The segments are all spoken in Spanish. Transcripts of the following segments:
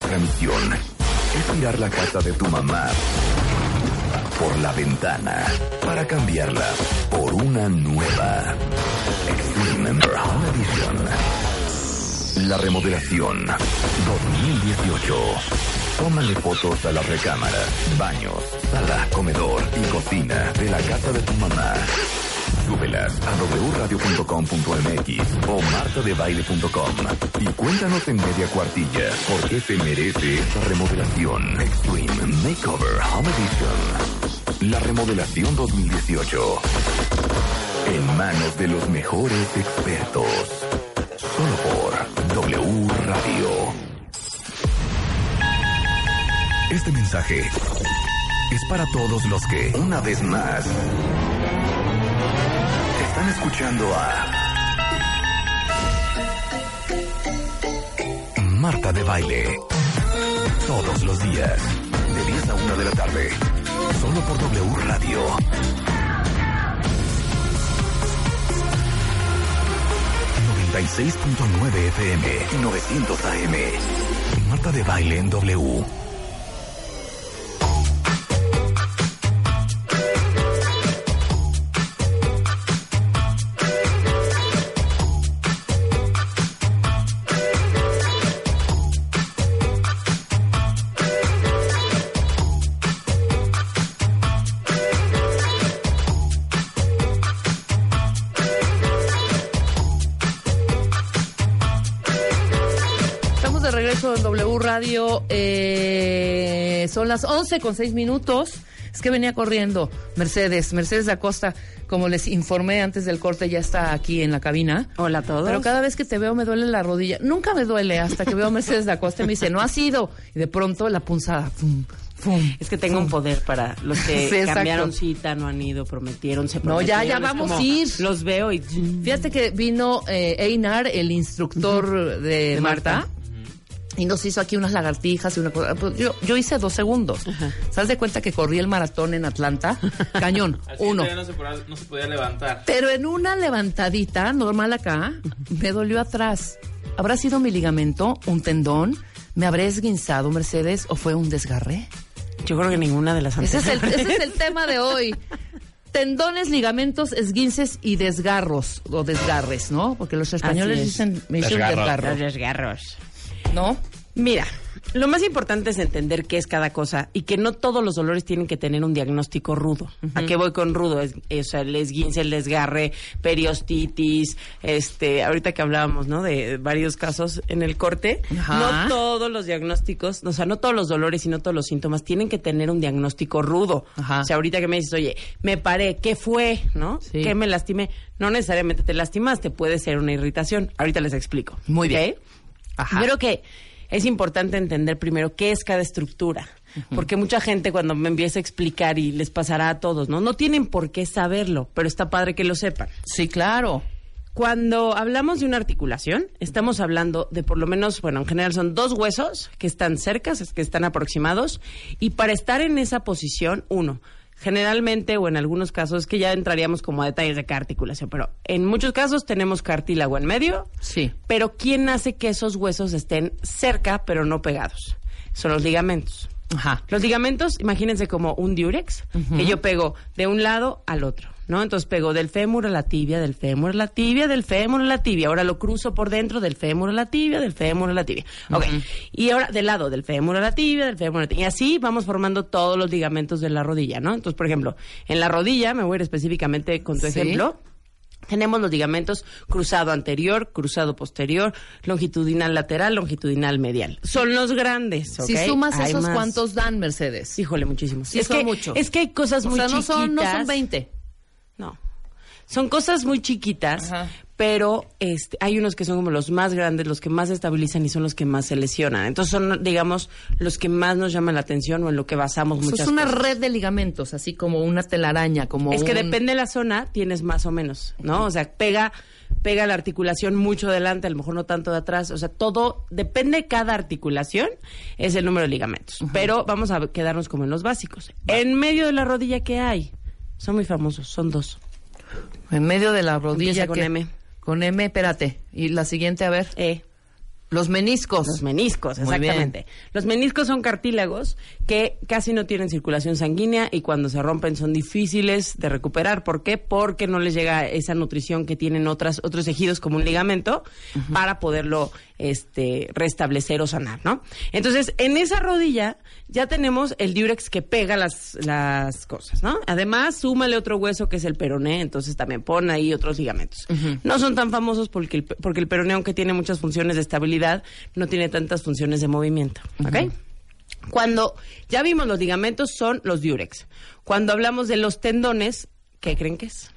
nuestra misión es tirar la casa de tu mamá por la ventana para cambiarla por una nueva. Extreme Home Edition. La remodelación 2018. Tómale fotos a la recámara, baños, sala, comedor y cocina de la casa de tu mamá. Súbelas a wradio.com.mx o martadebaile.com y cuéntanos en media cuartilla por qué se merece esta remodelación. Extreme Makeover Home Edition. La remodelación 2018. En manos de los mejores expertos. Solo por W Radio. Este mensaje es para todos los que, una vez más, están escuchando a Marta de Baile. Todos los días, de 10 a 1 de la tarde. Solo por W Radio. 96.9 FM y 900 AM. Marta de Baile en W. En W Radio, son las 11:06. Es que venía corriendo Mercedes Acosta, como les informé antes del corte, ya está aquí en la cabina. Hola a todos. Pero cada vez que te veo me duele la rodilla. Nunca me duele hasta que veo a Mercedes Acosta y me dice, no ha sido. Y de pronto la punzada. Es que tengo un poder para los que sí, cambiaron cita, no han ido, prometieron, se prometieron. No, ya vamos a ir. Los veo y... Fíjate que vino Einar, el instructor de Marta. Y nos hizo aquí unas lagartijas y una cosa. Pues yo hice 2 segundos. ¿Sabes de cuenta que corrí el maratón en Atlanta? Cañón, 1. No se podía levantar. Pero en una levantadita normal acá, me dolió atrás. ¿Habrá sido mi ligamento, un tendón? ¿Me habré esguinzado, Mercedes, o fue un desgarre? Yo creo que ninguna de las anteriores. Ese es el tema de hoy. Tendones, ligamentos, esguinces y desgarros, o desgarres, ¿no? Porque los españoles dicen desgarro. Los desgarros. ¿No? Mira, lo más importante es entender qué es cada cosa y que no todos los dolores tienen que tener un diagnóstico rudo. ¿A qué voy con rudo? O sea, el esguince, el desgarre, periostitis, ahorita que hablábamos, ¿no? De varios casos en el corte. No todos los diagnósticos, o sea, no todos los dolores y no todos los síntomas tienen que tener un diagnóstico rudo. O sea, ahorita que me dices, oye, me paré, ¿qué fue? ¿No? Sí. ¿Qué me lastimé? No necesariamente te lastimaste, puede ser una irritación. Ahorita les explico. Muy bien. Creo que es importante entender primero qué es cada estructura, porque mucha gente cuando me empieza a explicar, y les pasará a todos, no tienen por qué saberlo, pero está padre que lo sepan. Sí, claro. Cuando hablamos de una articulación, estamos hablando de por lo menos, bueno, en general son 2 huesos que están cercas, que están aproximados, y para estar en esa posición, generalmente, o en algunos casos, que ya entraríamos como a detalles de cada articulación, pero en muchos casos tenemos cartílago en medio. Sí. Pero ¿quién hace que esos huesos estén cerca, pero no pegados? Son los ligamentos. Los ligamentos, imagínense como un diurex, que yo pego de un lado al otro, ¿no? Entonces pego del fémur a la tibia, del fémur a la tibia, del fémur a la tibia. Ahora lo cruzo por dentro del fémur a la tibia, del fémur a la tibia. Y ahora del lado del fémur a la tibia, del fémur a la tibia. Y así vamos formando todos los ligamentos de la rodilla, ¿no? Entonces, por ejemplo, en la rodilla, me voy a ir específicamente con tu ejemplo. Tenemos los ligamentos cruzado anterior, cruzado posterior, longitudinal lateral, longitudinal medial. Son los grandes, ¿ok? Si sumas esos, ¿cuántos dan, Mercedes? Híjole, muchísimos. Sí, son muchos. Es que hay cosas muy chiquitas. No son 20. No. Son cosas muy chiquitas, pero hay unos que son como los más grandes, los que más estabilizan y son los que más se lesionan. Entonces son, digamos, los que más nos llaman la atención o en lo que basamos muchas cosas. Es una red de ligamentos, así como una telaraña, como que depende de la zona, tienes más o menos, ¿no? O sea, pega la articulación mucho delante, a lo mejor no tanto de atrás. O sea, todo depende de cada articulación, es el número de ligamentos. Pero vamos a quedarnos como en los básicos. En medio de la rodilla, ¿qué hay? Son muy famosos, son 2. En medio de la rodilla. Empieza con M. Con M, espérate. Y la siguiente, a ver. E. Los meniscos. Los meniscos, exactamente. Los meniscos son cartílagos que casi no tienen circulación sanguínea y cuando se rompen son difíciles de recuperar. ¿Por qué? Porque no les llega esa nutrición que tienen otros tejidos como un ligamento para poderlo restablecer o sanar, ¿no? Entonces, en esa rodilla ya tenemos el diurex que pega las cosas, ¿no? Además, súmale otro hueso que es el peroné, entonces también pon ahí otros ligamentos. No son tan famosos porque el peroné, aunque tiene muchas funciones de estabilidad, no tiene tantas funciones de movimiento, ¿ok? Cuando ya vimos los ligamentos, son los diurex. Cuando hablamos de los tendones, ¿qué creen que es?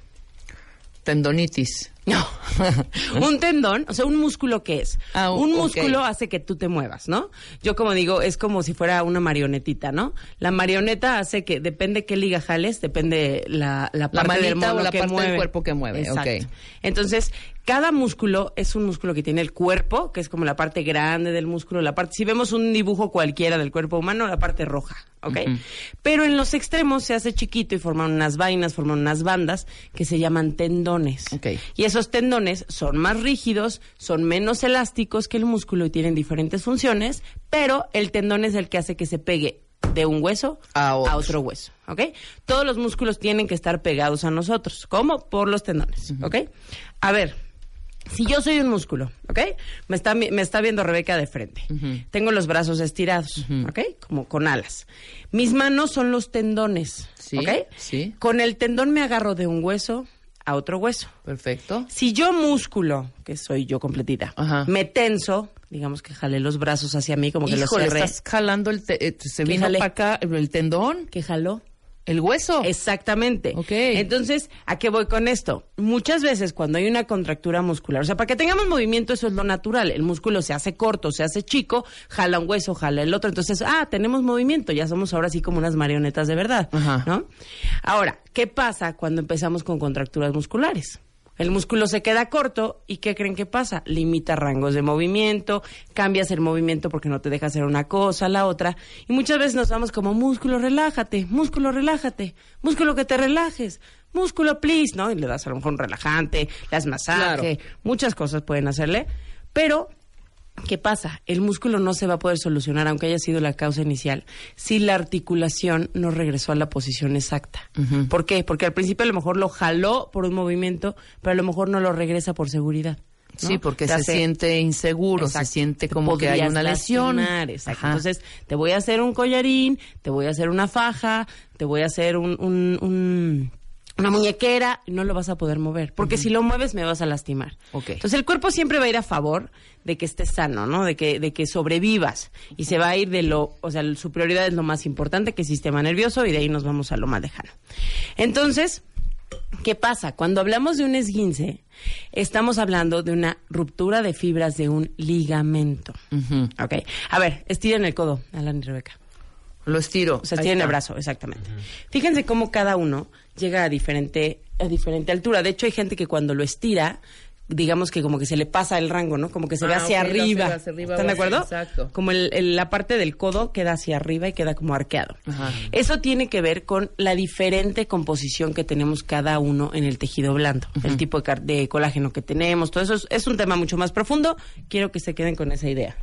Tendonitis. No, un tendón, o sea, un músculo, ¿qué es? Un músculo okay. hace que tú te muevas, ¿no? Yo como digo, es como si fuera una marionetita, ¿no? La marioneta hace que, depende qué liga jales, depende la parte del mono o la que parte mueve. del cuerpo que mueve. Exacto. Okay. Entonces, cada músculo es un músculo que tiene el cuerpo, que es como la parte grande del músculo, la parte, si vemos un dibujo cualquiera del cuerpo humano, la parte roja, ¿ok? Pero en los extremos se hace chiquito y forman unas vainas, forman unas bandas que se llaman tendones. Okay. Y esos tendones son más rígidos, son menos elásticos que el músculo y tienen diferentes funciones, pero el tendón es el que hace que se pegue de un hueso a otro hueso, ¿ok? Todos los músculos tienen que estar pegados a nosotros. ¿Cómo? Por los tendones, ¿ok? A ver, si yo soy un músculo, ¿ok? Me está viendo Rebeca de frente. Tengo los brazos estirados, ¿ok? Como con alas. Mis manos son los tendones, sí, ¿ok? Sí. Con el tendón me agarro de un hueso a otro hueso. Perfecto. Si yo músculo, que soy yo completita, me tenso, digamos que jalé los brazos hacia mí, como que los cerré. estás jalando se vino para acá el tendón. ¿Qué jaló? El hueso. Exactamente. Ok. Entonces, ¿a qué voy con esto? Muchas veces cuando hay una contractura muscular, o sea, para que tengamos movimiento, eso es lo natural. El músculo se hace corto, se hace chico, jala un hueso, jala el otro. Entonces, tenemos movimiento, ya somos ahora sí como unas marionetas de verdad, ¿no? Ahora, ¿qué pasa cuando empezamos con contracturas musculares? El músculo se queda corto y ¿qué creen que pasa? Limita rangos de movimiento, cambias el movimiento porque no te deja hacer una cosa, la otra. Y muchas veces nos vamos como músculo, relájate, músculo que te relajes, músculo, please, ¿no? Y le das a lo mejor un relajante, le das masaje, muchas cosas pueden hacerle. Pero, ¿qué pasa? El músculo no se va a poder solucionar, aunque haya sido la causa inicial, si la articulación no regresó a la posición exacta. ¿Por qué? Porque al principio a lo mejor lo jaló por un movimiento, pero a lo mejor no lo regresa por seguridad, ¿no? Sí, porque se siente inseguro, se siente como que hay una lesión. Exacto. Entonces, te voy a hacer un collarín, te voy a hacer una faja, te voy a hacer una muñequera, no lo vas a poder mover, porque si lo mueves me vas a lastimar. Entonces el cuerpo siempre va a ir a favor de que estés sano, ¿no? De que sobrevivas, y se va a ir su prioridad es lo más importante, que es el sistema nervioso, y de ahí nos vamos a lo más lejano. Entonces, ¿qué pasa? Cuando hablamos de un esguince, estamos hablando de una ruptura de fibras de un ligamento. ¿Ok? A ver, estiren el codo, Alan y Rebeca. Lo estiro. O sea, estiren el brazo, exactamente. Fíjense cómo cada uno llega a diferente altura. De hecho, hay gente que cuando lo estira, digamos que como que se le pasa el rango, ¿no? Como que se ve hacia arriba. ¿Están de acuerdo? Exacto. Como la parte del codo queda hacia arriba y queda como arqueado. Eso tiene que ver con la diferente composición que tenemos cada uno en el tejido blando, el tipo de colágeno que tenemos, todo eso es un tema mucho más profundo. Quiero que se queden con esa idea.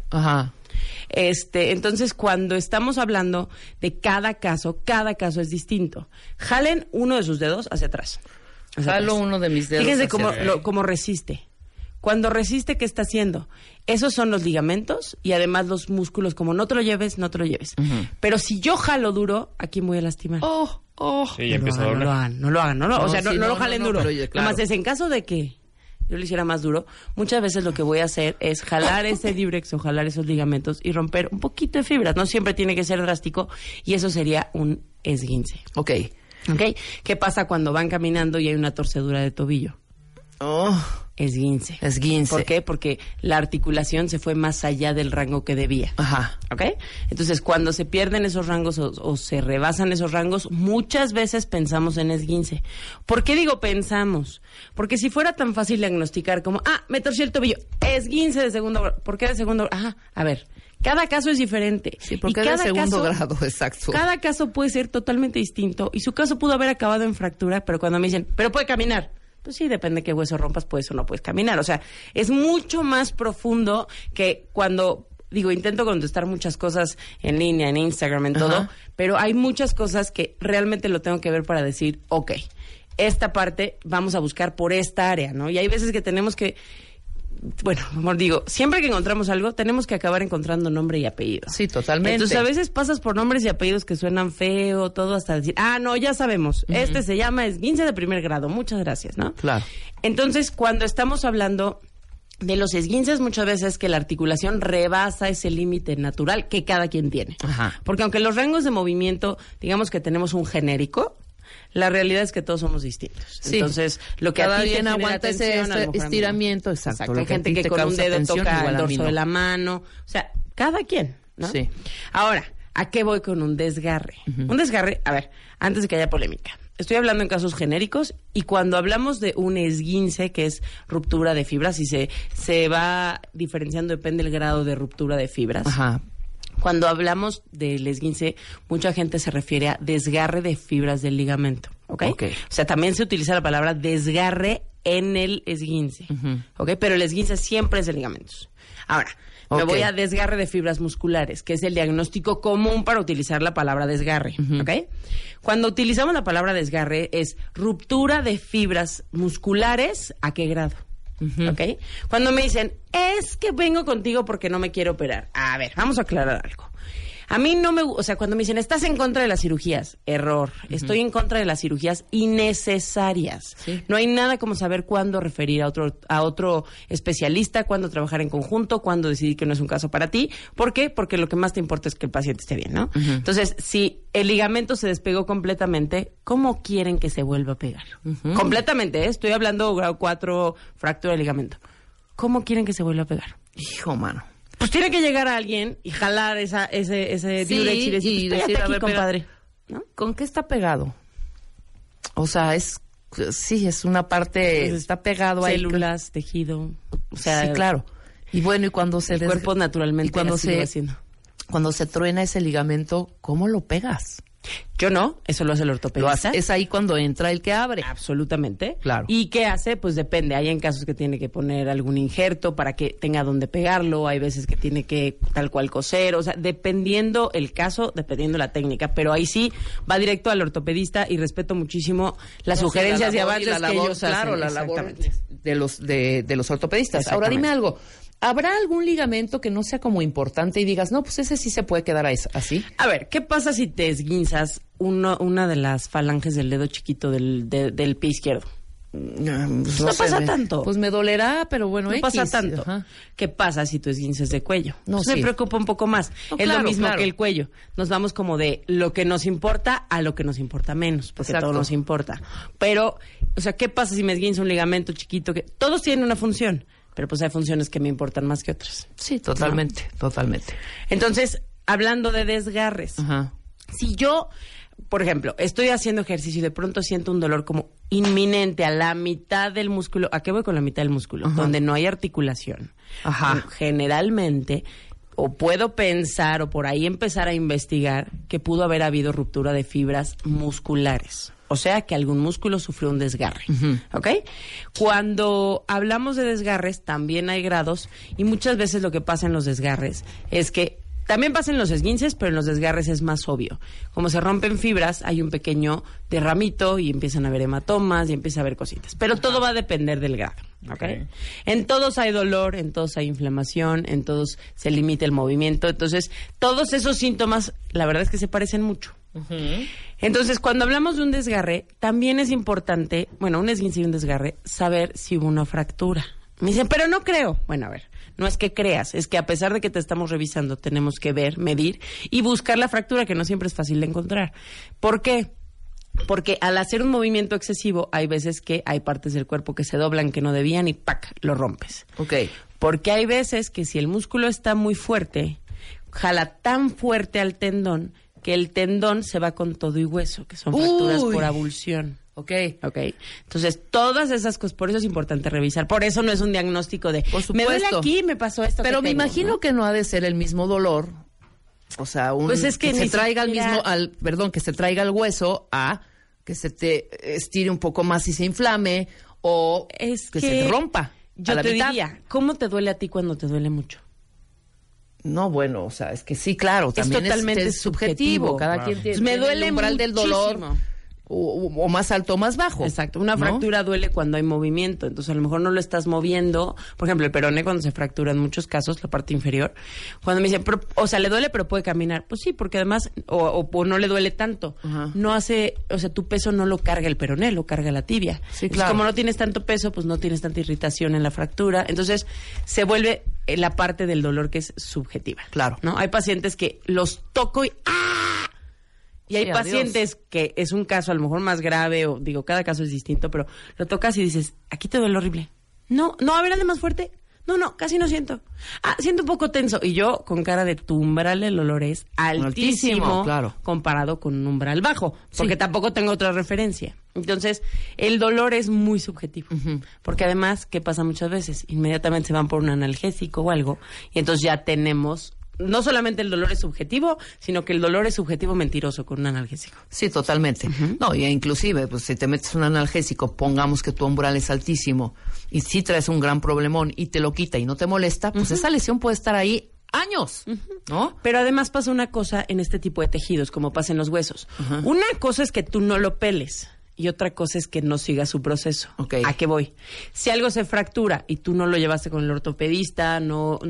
Entonces, cuando estamos hablando de cada caso es distinto. Jalen uno de sus dedos hacia atrás. Jalo uno de mis dedos. Fíjense cómo resiste. Cuando resiste, ¿qué está haciendo? Esos son los ligamentos y además los músculos. Como no te lo lleves, no te lo lleves. Pero si yo jalo duro, ¿a quién voy a lastimar? Sí, ya empieza a doblar. No lo hagan. No lo jalen duro. Pero, claro. Además, es en caso de que yo lo hiciera más duro, muchas veces lo que voy a hacer es jalar ese diurex o jalar esos ligamentos y romper un poquito de fibras. No siempre tiene que ser drástico, y eso sería un esguince. Ok. ¿Qué pasa cuando van caminando y hay una torcedura de tobillo? Esguince. ¿Por qué? Porque la articulación se fue más allá del rango que debía. ¿Ok? Entonces, cuando se pierden esos rangos o se rebasan esos rangos, muchas veces pensamos en esguince. ¿Por qué digo pensamos? Porque si fuera tan fácil diagnosticar como, me torcí el tobillo, esguince de segundo grado. ¿Por qué de segundo grado? A ver, cada caso es diferente. Sí, porque es de segundo grado, exacto. Cada caso puede ser totalmente distinto, y su caso pudo haber acabado en fractura, pero cuando me dicen, pero puede caminar, pues sí, depende de qué hueso rompas, puedes o no puedes caminar. O sea, es mucho más profundo que cuando... Digo, intento contestar muchas cosas en línea, en Instagram, en todo, pero hay muchas cosas que realmente lo tengo que ver para decir, ok, esta parte vamos a buscar por esta área, ¿no? Y hay veces que tenemos que, bueno, amor, digo, siempre que encontramos algo, tenemos que acabar encontrando nombre y apellido. Sí, totalmente. Entonces, a veces pasas por nombres y apellidos que suenan feo, todo hasta decir, no, ya sabemos, este se llama esguince de primer grado, muchas gracias, ¿no? Claro. Entonces, cuando estamos hablando de los esguinces, muchas veces que la articulación rebasa ese límite natural que cada quien tiene. Ajá. Porque aunque los rangos de movimiento, digamos que tenemos un genérico, la realidad es que todos somos distintos. Sí. Entonces, lo que cada a ti bien te aguanta ese estiramiento, exacto. Hay gente que con un dedo toca el dorso de la mano. O sea, cada quien, ¿no? Sí. Ahora, ¿a qué voy con un desgarre? Un desgarre, a ver, antes de que haya polémica. Estoy hablando en casos genéricos y cuando hablamos de un esguince, que es ruptura de fibras, y se va diferenciando, depende del grado de ruptura de fibras. Ajá. Cuando hablamos del esguince, mucha gente se refiere a desgarre de fibras del ligamento, ¿ok? O sea, también se utiliza la palabra desgarre en el esguince, ¿ok? Pero el esguince siempre es de ligamentos. Ahora, me voy a desgarre de fibras musculares, que es el diagnóstico común para utilizar la palabra desgarre, ¿ok? Cuando utilizamos la palabra desgarre es ruptura de fibras musculares, ¿a qué grado? ¿Ok? Cuando me dicen, es que vengo contigo porque no me quiero operar. A ver, vamos a aclarar algo. A mí no me... O sea, cuando me dicen, ¿estás en contra de las cirugías? Error. Estoy en contra de las cirugías innecesarias. Sí. No hay nada como saber cuándo referir a otro especialista, cuándo trabajar en conjunto, cuándo decidir que no es un caso para ti. ¿Por qué? Porque lo que más te importa es que el paciente esté bien, ¿no? Entonces, si el ligamento se despegó completamente, ¿cómo quieren que se vuelva a pegar? Completamente, ¿eh? Estoy hablando grado 4, fractura de ligamento. ¿Cómo quieren que se vuelva a pegar? Hijo, mano. Pues tiene que llegar a alguien y jalar ese diurex y decir, aquí, a ver, compadre, ¿no? ¿Con qué está pegado? O sea, es una parte, está pegado ahí. Células, tejido, o sea... Sí, claro. Y bueno, y cuando se... El cuerpo naturalmente cuando se truena ese ligamento, ¿cómo lo pegas? Yo no, eso lo hace el ortopedista. Es ahí cuando entra el que abre. Absolutamente. Claro. ¿Y qué hace? Pues depende. Hay en casos que tiene que poner algún injerto para que tenga donde pegarlo. Hay veces que tiene que tal cual coser. O sea, dependiendo el caso, dependiendo la técnica. Pero ahí sí va directo al ortopedista y respeto muchísimo las sugerencias y avances que ellos hacen. Claro, la labor de los ortopedistas. Ahora dime algo. ¿Habrá algún ligamento que no sea como importante y digas, no, pues ese sí se puede quedar así? A ver, ¿qué pasa si te esguinzas una de las falanges del dedo chiquito del pie izquierdo? Pues no pasa tanto. Pues me dolerá, pero bueno, no pasa tanto. Ajá. ¿Qué pasa si tu esguince es de cuello? No, me preocupa un poco más. Es lo mismo que el cuello. Nos vamos como de lo que nos importa a lo que nos importa menos, porque todo nos importa. Pero, o sea, ¿qué pasa si me esguinzo un ligamento chiquito? Todos tienen una función. Pero pues hay funciones que me importan más que otras. Sí, totalmente, totalmente. Entonces, hablando de desgarres, si yo, por ejemplo, estoy haciendo ejercicio y de pronto siento un dolor como inminente a la mitad del músculo, ¿a qué voy con la mitad del músculo? Donde no hay articulación. Generalmente, o puedo pensar o por ahí empezar a investigar que pudo haber habido ruptura de fibras musculares. O sea, que algún músculo sufrió un desgarre, ¿ok? Cuando hablamos de desgarres, también hay grados, y muchas veces lo que pasa en los desgarres es que también pasa en los esguinces, pero en los desgarres es más obvio. Como se rompen fibras, hay un pequeño derramito y empiezan a haber hematomas y empieza a haber cositas. Pero todo va a depender del grado, ¿ok? En todos hay dolor, en todos hay inflamación, en todos se limita el movimiento. Entonces, todos esos síntomas, la verdad es que se parecen mucho. Entonces, cuando hablamos de un desgarre, también es importante, bueno, un esguince y un desgarre, saber si hubo una fractura. Me dicen, pero no creo. Bueno, a ver, no es que creas, es que a pesar de que te estamos revisando, tenemos que ver, medir y buscar la fractura, que no siempre es fácil de encontrar. ¿Por qué? Porque al hacer un movimiento excesivo, hay veces que hay partes del cuerpo que se doblan que no debían y ¡pac!, lo rompes. Porque hay veces que si el músculo está muy fuerte, jala tan fuerte al tendón que el tendón se va con todo y hueso, que son fracturas por abulsión. Entonces, todas esas cosas, por eso es importante revisar. Por eso no es un diagnóstico de, me duele aquí, me pasó esto. Pero me imagino, ¿no?, que no ha de ser el mismo dolor. O sea, pues es que se traiga que se traiga el hueso a que se te estire un poco más y se inflame, o es que se rompa. Yo te diría, ¿cómo te duele a ti cuando te duele mucho? No, bueno, o sea, es que sí, claro, también es totalmente subjetivo. Cada quien tiene me duele el umbral del dolor. O más alto o más bajo. Exacto. Una fractura duele cuando hay movimiento. Entonces, a lo mejor no lo estás moviendo. Por ejemplo, el peroné cuando se fractura en muchos casos, la parte inferior. Cuando me dicen, o sea, ¿le duele pero puede caminar? Pues sí, porque además, o no le duele tanto. Ajá. No hace, o sea, tu peso no lo carga el peroné, lo carga la tibia. Sí, Entonces, claro. como no tienes tanto peso, pues no tienes tanta irritación en la fractura. Entonces, se vuelve la parte del dolor que es subjetiva. Claro. ¿No? Hay pacientes que los toco y ¡ah! Y hay pacientes que es un caso a lo mejor más grave, o digo, cada caso es distinto, pero lo tocas y dices, aquí te duele horrible. No, a ver, hazle más fuerte. No, casi no siento. Siento un poco tenso. Y yo, con cara de tu umbral del dolor es altísimo, claro, comparado con un umbral bajo, porque tampoco tengo otra referencia. Entonces, el dolor es muy subjetivo. Uh-huh. Porque además, ¿qué pasa muchas veces? Inmediatamente se van por un analgésico o algo, y entonces ya tenemos... No solamente el dolor es subjetivo, sino que el dolor es subjetivo mentiroso con un analgésico. Sí, totalmente. Uh-huh. No, y inclusive, pues si te metes un analgésico, pongamos que tu umbral es altísimo y si traes un gran problemón y te lo quita y no te molesta, pues esa lesión puede estar ahí años, ¿no? Pero además pasa una cosa en este tipo de tejidos, como pasa en los huesos. Una cosa es que tú no lo peles. Y otra cosa es que no siga su proceso. Okay. ¿A qué voy? Si algo se fractura y tú no lo llevaste con el ortopedista,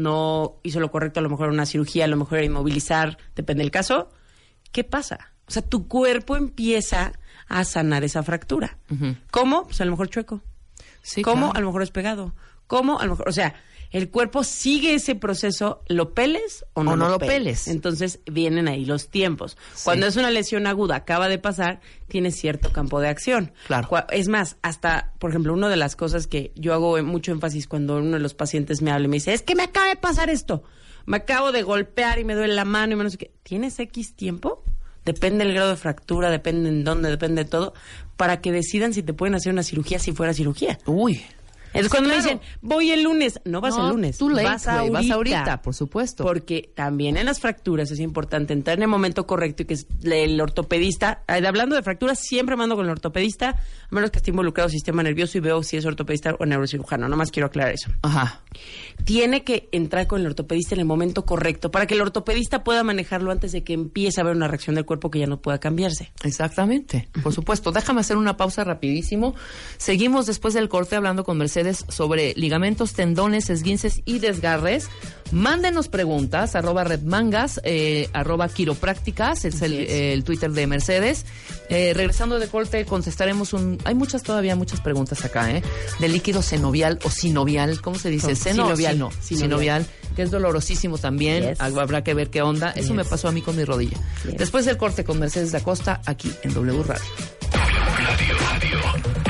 no hizo lo correcto, a lo mejor era una cirugía, a lo mejor era inmovilizar, depende del caso, ¿qué pasa? O sea, tu cuerpo empieza a sanar esa fractura. Uh-huh. ¿Cómo? Pues a lo mejor chueco. Sí, ¿Cómo? claro. A lo mejor es pegado. ¿Cómo? A lo mejor, o sea, el cuerpo sigue ese proceso, ¿lo peles o no lo peles? Entonces vienen ahí los tiempos. Sí. Cuando es una lesión aguda, acaba de pasar, tiene cierto campo de acción. Claro. Es más, hasta, por ejemplo, una de las cosas que yo hago mucho énfasis cuando uno de los pacientes me habla y me dice, es que me acaba de pasar esto, me acabo de golpear y me duele la mano y no sé qué. ¿Tienes X tiempo? Depende del grado de fractura, depende en dónde, depende de todo, para que decidan si te pueden hacer una cirugía si fuera cirugía. Uy. Entonces cuando me dicen, voy el lunes, no vas el lunes, vas ahorita, por supuesto. Porque también en las fracturas es importante entrar en el momento correcto y que el ortopedista, hablando de fracturas, siempre mando con el ortopedista, a menos que esté involucrado el sistema nervioso y veo si es ortopedista o neurocirujano, nomás quiero aclarar eso. Ajá. Tiene que entrar con el ortopedista en el momento correcto para que el ortopedista pueda manejarlo antes de que empiece a haber una reacción del cuerpo que ya no pueda cambiarse. Exactamente, por supuesto. Déjame hacer una pausa rapidísimo. Seguimos después del corte hablando con Mercedes sobre ligamentos, tendones, esguinces y desgarres. Mándenos preguntas, @redmangas, @quiroprácticas, es el Twitter de Mercedes. Regresando de corte contestaremos hay todavía muchas preguntas acá, de líquido senovial o sinovial, ¿cómo se dice? Sinovial, que es dolorosísimo también. Yes. Habrá que ver qué onda. Eso me pasó a mí con mi rodilla. Yes. Después del corte con Mercedes da Costa, aquí en W Radio. Radio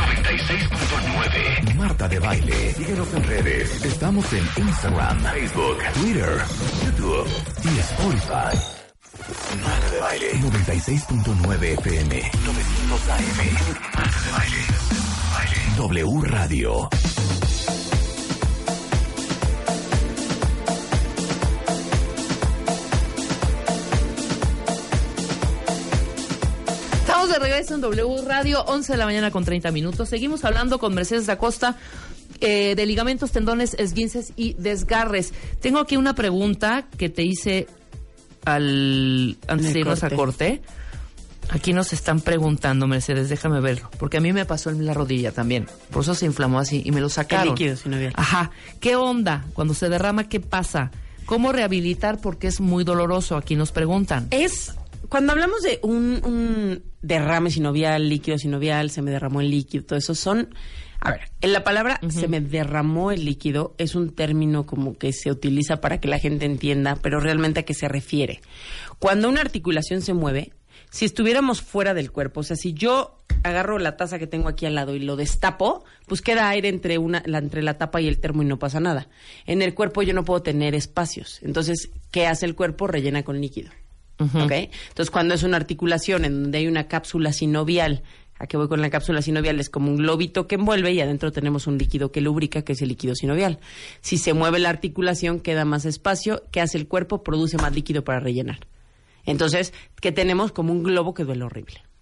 96.9. Marta de Baile. Síguenos en redes. Estamos en Instagram, Facebook, Twitter, YouTube y Spotify. Marta de Baile. 96.9 FM. 900 AM. Marta de Baile. W Radio. Estamos de regreso en W Radio, 11 de la mañana con 30 minutos. Seguimos hablando con Mercedes da Costa de ligamentos, tendones, esguinces y desgarres. Tengo aquí una pregunta que te hice antes de irnos a corte. Aquí nos están preguntando, Mercedes, déjame verlo, porque a mí me pasó en la rodilla también. Por eso se inflamó así y me lo sacaron. El líquido sinovial. Ajá. ¿Qué onda? Cuando se derrama, ¿qué pasa? ¿Cómo rehabilitar? Porque es muy doloroso. Aquí nos preguntan. Cuando hablamos de un derrame sinovial, líquido sinovial, se me derramó el líquido, todo eso son... A ver, en la palabra se me derramó el líquido es un término como que se utiliza para que la gente entienda, pero realmente a qué se refiere. Cuando una articulación se mueve, si estuviéramos fuera del cuerpo, o sea, si yo agarro la taza que tengo aquí al lado y lo destapo, pues queda aire entre la tapa y el termo y no pasa nada. En el cuerpo yo no puedo tener espacios. Entonces, ¿qué hace el cuerpo? Rellena con líquido. ¿Okay? Entonces, cuando es una articulación en donde hay una cápsula sinovial, ¿a qué voy con la cápsula sinovial? Es como un globito que envuelve y adentro tenemos un líquido que lubrica, que es el líquido sinovial. Si se mueve la articulación, queda más espacio. ¿Qué hace el cuerpo? Produce más líquido para rellenar. Entonces, ¿qué tenemos? Como un globo que duele horrible.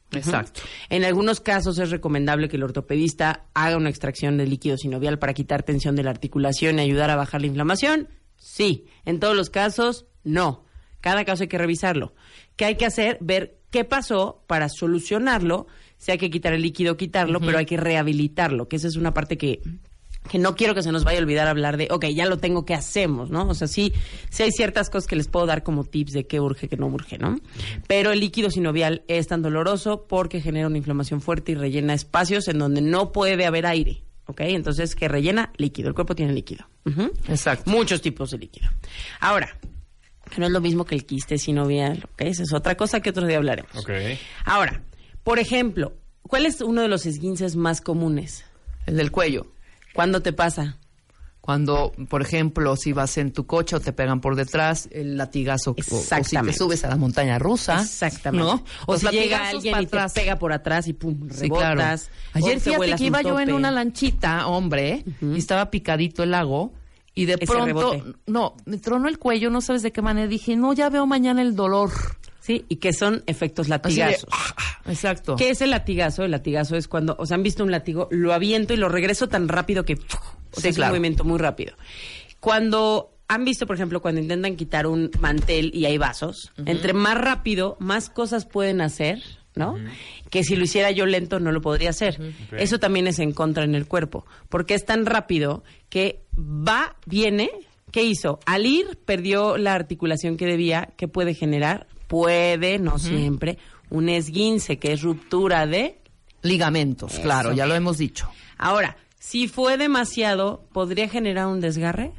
Exacto. En algunos casos es recomendable que el ortopedista haga una extracción de líquido sinovial para quitar tensión de la articulación y ayudar a bajar la inflamación. Sí. En todos los casos, no. Cada caso hay que revisarlo. ¿Qué hay que hacer? Ver qué pasó para solucionarlo. Si hay que quitar el líquido, quitarlo, pero hay que rehabilitarlo, que esa es una parte que no quiero que se nos vaya a olvidar hablar de, ya lo tengo, ¿qué hacemos? ¿No? O sea, sí hay ciertas cosas que les puedo dar como tips de qué urge, qué no urge, ¿no? Pero el líquido sinovial es tan doloroso porque genera una inflamación fuerte y rellena espacios en donde no puede haber aire, ¿ok? Entonces, ¿qué rellena? Líquido. El cuerpo tiene líquido. Exacto. Muchos tipos de líquido. Ahora, que no es lo mismo que el quiste sinovial, ¿ok? Esa es otra cosa que otro día hablaremos. Okay. Ahora, por ejemplo, ¿cuál es uno de los esguinces más comunes? El del cuello. ¿Cuándo te pasa? Cuando, por ejemplo, si vas en tu coche o te pegan por detrás, el latigazo. O si te subes a la montaña rusa. Exactamente. ¿No? O si llega alguien y te pega por atrás y pum, rebotas. Sí, claro. Ayer fíjate que iba yo en una lanchita, hombre, y estaba picadito el lago, y de pronto, me tronó el cuello, no sabes de qué manera. Dije, no, ya veo mañana el dolor. Sí, y que son efectos latigazos. Exacto. ¿Qué es el latigazo? El latigazo es cuando, han visto un látigo, lo aviento y lo regreso tan rápido que... es un movimiento muy rápido. Cuando han visto, por ejemplo, cuando intentan quitar un mantel y hay vasos, entre más rápido, más cosas pueden hacer, ¿no? Que si lo hiciera yo lento no lo podría hacer. Okay. Eso también es en contra en el cuerpo, porque es tan rápido que viene, ¿qué hizo? Al ir, perdió la articulación que debía, ¿qué puede generar? Puede, no siempre, un esguince, que es ruptura de... ligamentos, eso. Claro, ya lo hemos dicho. Ahora, si fue demasiado, ¿podría generar un desgarre?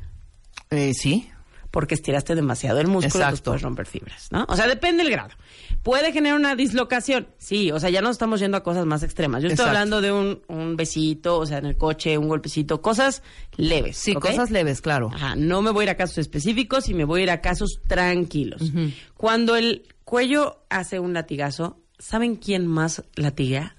Sí. Porque estiraste demasiado el músculo, pues puedes romper fibras, ¿no? O sea, depende del grado. ¿Puede generar una dislocación? Sí, o sea, ya no estamos yendo a cosas más extremas. Yo estoy hablando de un besito, o sea, en el coche, un golpecito, cosas leves. Sí, cosas leves, claro. Ajá, no me voy a ir a casos específicos y me voy a ir a casos tranquilos. Cuando el cuello hace un latigazo, ¿saben quién más latiga?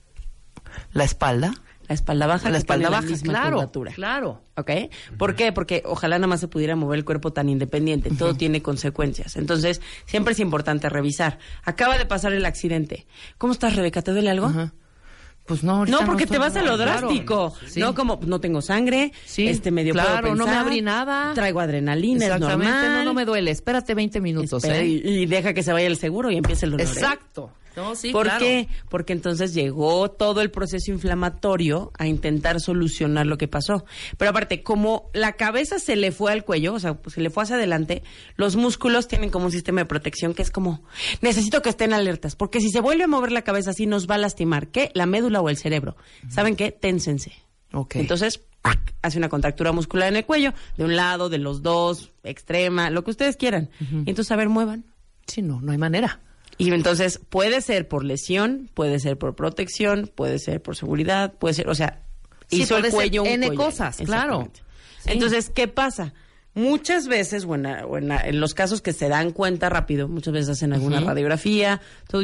La espalda. La espalda baja. La espalda baja, claro. ¿Ok? ¿Por qué? Porque ojalá nada más se pudiera mover el cuerpo tan independiente. Todo tiene consecuencias. Entonces, siempre es importante revisar. Acaba de pasar el accidente. ¿Cómo estás, Rebeca? ¿Te duele algo? Pues no, no, porque te vas a lo drástico. Sí. No, como no tengo sangre, medio puedo pensar, no me abrí nada. Traigo adrenalina, exactamente, es normal. No me duele. Espérate 20 minutos, y deja que se vaya el seguro y empiece el dolor. Exacto. No, sí, ¿Por qué? Porque entonces llegó todo el proceso inflamatorio a intentar solucionar lo que pasó. Pero aparte, como la cabeza se le fue al cuello, o sea, pues se le fue hacia adelante, los músculos tienen como un sistema de protección que es como, necesito que estén alertas, porque si se vuelve a mover la cabeza así nos va a lastimar. ¿Qué? La médula o el cerebro. ¿Saben qué? Ténsense. Okay. Entonces, hace una contractura muscular en el cuello, de un lado, de los dos, extrema, lo que ustedes quieran. Y entonces, a ver, muevan. Sí, no hay manera. Y entonces puede ser por lesión, puede ser por protección, puede ser por seguridad, puede ser, o sea, hizo el cuello un N cosas, claro. Sí. Entonces, ¿qué pasa? Muchas veces, en los casos que se dan cuenta rápido, muchas veces hacen alguna radiografía, todo.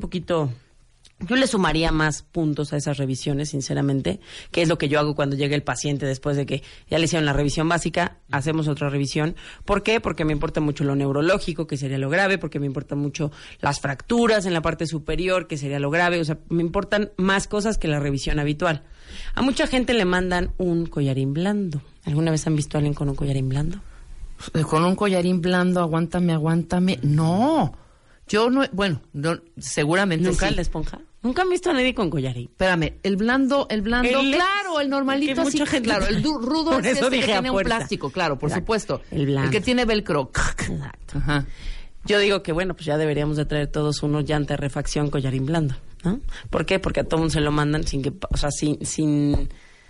Yo le sumaría más puntos a esas revisiones, sinceramente, que es lo que yo hago cuando llega el paciente después de que ya le hicieron la revisión básica, hacemos otra revisión. ¿Por qué? Porque me importa mucho lo neurológico, que sería lo grave, porque me importan mucho las fracturas en la parte superior, que sería lo grave, o sea, me importan más cosas que la revisión habitual. A mucha gente le mandan un collarín blando. ¿Alguna vez han visto a alguien con un collarín blando? Con un collarín blando, aguántame. No. Yo no, seguramente ¿Nunca el de esponja? ¿Nunca han visto a nadie con collarín? Espérame, el blando, claro, el normalito así, claro, el rudo es ese que tiene un plástico, claro, por supuesto. El blando. El que tiene velcro. Exacto. Ajá. Yo digo que, pues ya deberíamos de traer todos unos llanta de refacción collarín blando, ¿no? ¿Por qué? Porque a todo mundo se lo mandan sin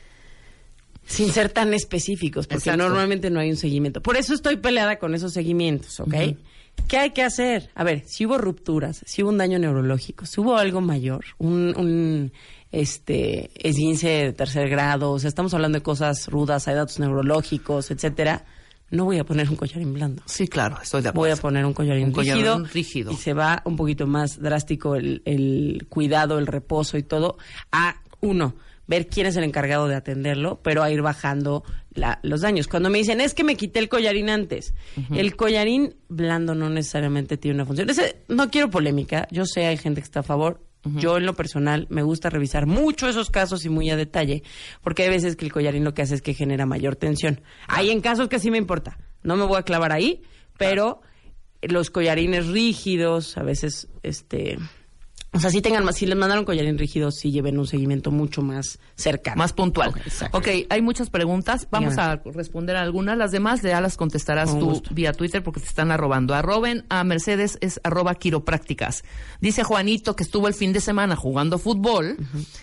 ser tan específicos, porque normalmente no hay un seguimiento. Por eso estoy peleada con esos seguimientos, ¿ok? ¿Qué hay que hacer? A ver, si hubo rupturas, si hubo un daño neurológico, si hubo algo mayor, un esguince de tercer grado, o sea, estamos hablando de cosas rudas, hay datos neurológicos, etcétera, no voy a poner un collarín blando. Sí, claro, estoy de acuerdo. Voy a poner un collarín rígido. Y se va un poquito más drástico el cuidado, el reposo y todo a ver quién es el encargado de atenderlo, pero a ir bajando los daños. Cuando me dicen, es que me quité el collarín antes, el collarín blando no necesariamente tiene una función. No quiero polémica, yo sé, hay gente que está a favor, Yo, en lo personal, me gusta revisar mucho esos casos y muy a detalle, porque hay veces que el collarín lo que hace es que genera mayor tensión. Hay en casos que sí me importa. No me voy a clavar ahí, pero los collarines rígidos, a veces, o sea, si les mandaron collarín rígido, sí lleven un seguimiento mucho más cercano. Más puntual. Ok, hay muchas preguntas. Vamos a responder a algunas. Las demás ya las contestarás tú vía Twitter porque te están arrobando. Arroben a Mercedes, es @quiroprácticas. Dice Juanito que estuvo el fin de semana jugando fútbol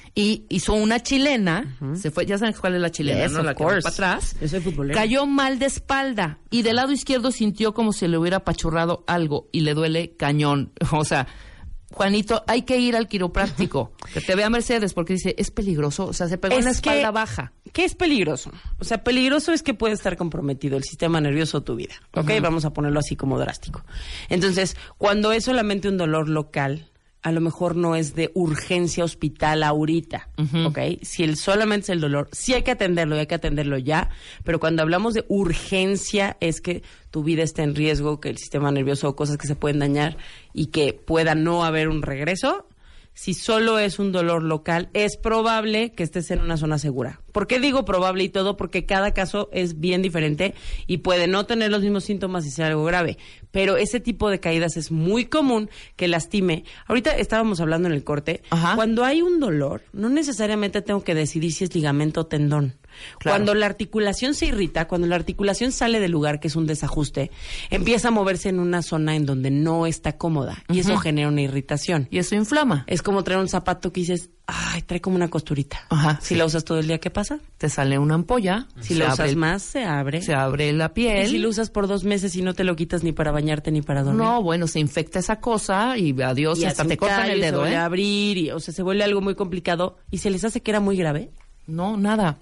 y hizo una chilena. Se fue, ya saben cuál es la chilena, yes, ¿no? La que va para atrás. Yo soy futbolero. Cayó mal de espalda y del lado izquierdo sintió como si le hubiera apachurrado algo y le duele cañón. O sea, Juanito, hay que ir al quiropráctico. Que te vea Mercedes, porque dice, es peligroso. O sea, se pegó en la espalda baja. ¿Qué es peligroso? O sea, peligroso es que puede estar comprometido el sistema nervioso o tu vida. ¿Ok? Vamos a ponerlo así como drástico. Entonces, cuando es solamente un dolor local, a lo mejor no es de urgencia hospital ahorita, ¿ok? Si solamente es el dolor, sí hay que atenderlo y hay que atenderlo ya, pero cuando hablamos de urgencia es que tu vida está en riesgo, que el sistema nervioso o cosas que se pueden dañar y que pueda no haber un regreso. Si solo es un dolor local, es probable que estés en una zona segura. ¿Por qué digo probable y todo? Porque cada caso es bien diferente y puede no tener los mismos síntomas y ser algo grave. Pero ese tipo de caídas es muy común que lastime. Ahorita estábamos hablando en el corte. Cuando hay un dolor, no necesariamente tengo que decidir si es ligamento o tendón. Claro. Cuando la articulación se irrita, cuando la articulación sale del lugar, que es un desajuste, empieza a moverse en una zona en donde no está cómoda y eso genera una irritación. Y eso inflama. Es como traer un zapato que dices, ay, trae como una costurita. Si la usas todo el día, ¿qué pasa? Te sale una ampolla. Si lo usas más, se abre. Se abre la piel. Y si lo usas por 2 meses y no te lo quitas ni para bañarte ni para dormir. No, bueno, se infecta esa cosa y adiós, y hasta te cortan el dedo, se vuelve a abrir, o sea, se vuelve algo muy complicado. ¿Y se les hace que era muy grave? No, nada.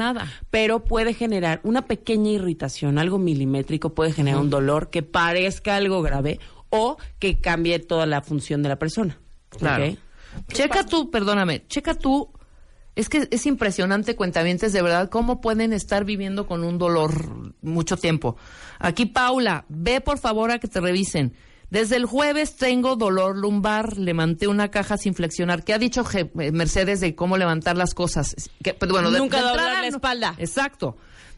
Pero puede generar una pequeña irritación, algo milimétrico, puede generar un dolor que parezca algo grave o que cambie toda la función de la persona. Claro. ¿Okay? Checa tú. Es que es impresionante, cuentavientes, de verdad, cómo pueden estar viviendo con un dolor mucho tiempo. Aquí, Paula, ve por favor a que te revisen. Desde el jueves tengo dolor lumbar, levanté una caja sin flexionar. ¿Qué ha dicho Mercedes de cómo levantar las cosas? Nunca doblar la espalda. Exacto.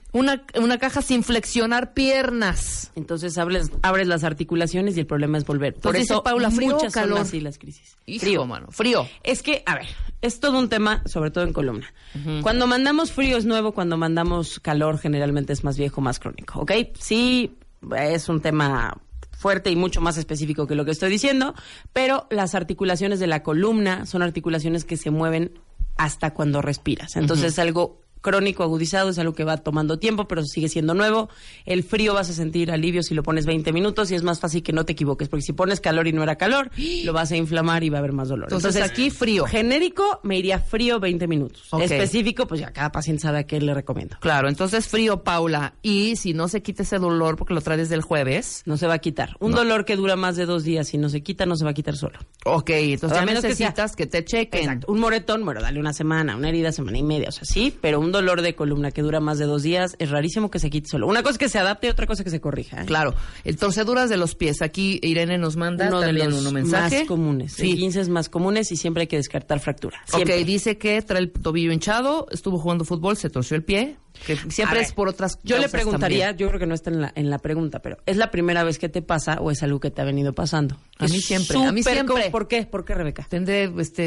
Una caja sin flexionar piernas. Entonces abres las articulaciones y el problema es volver. Por eso, dice Paula, ¿frío o calor? Así las crisis. Frío, mano. Frío. Es que, a ver, es todo un tema, sobre todo en columna. Cuando mandamos frío es nuevo, cuando mandamos calor generalmente es más viejo, más crónico, ¿ok? Sí, es un tema fuerte y mucho más específico que lo que estoy diciendo, pero las articulaciones de la columna son articulaciones que se mueven hasta cuando respiras. Entonces es algo crónico, agudizado, es algo que va tomando tiempo, pero sigue siendo nuevo. El frío vas a sentir alivio si lo pones 20 minutos y es más fácil que no te equivoques, porque si pones calor y no era calor, lo vas a inflamar y va a haber más dolor. Entonces aquí frío. Genérico, me iría frío 20 minutos. Específico, pues ya cada paciente sabe a qué le recomiendo. Claro, entonces frío, Paula. Y si no se quita ese dolor porque lo traes desde el jueves, no se va a quitar. Un dolor que dura más de 2 días y no se quita, no se va a quitar solo. Ok, entonces ya necesitas que te chequen. Exacto. Un moretón, bueno, dale una semana, una herida, semana y media, o sea, sí, pero un dolor de columna que dura más de 2 días, es rarísimo que se quite solo. Una cosa es que se adapte y otra cosa es que se corrija. Claro. Torceduras de los pies. Aquí Irene nos manda también un mensaje. Más comunes. Sí. 15 más comunes y siempre hay que descartar fractura. Siempre. Ok, dice que trae el tobillo hinchado, estuvo jugando fútbol, se torció el pie, que siempre es por otras cosas. Yo le preguntaría, también. Yo creo que no está en la pregunta, pero ¿es la primera vez que te pasa o es algo que te ha venido pasando? A mí siempre. ¿Por qué? ¿Por qué, Rebeca? ¿Tendré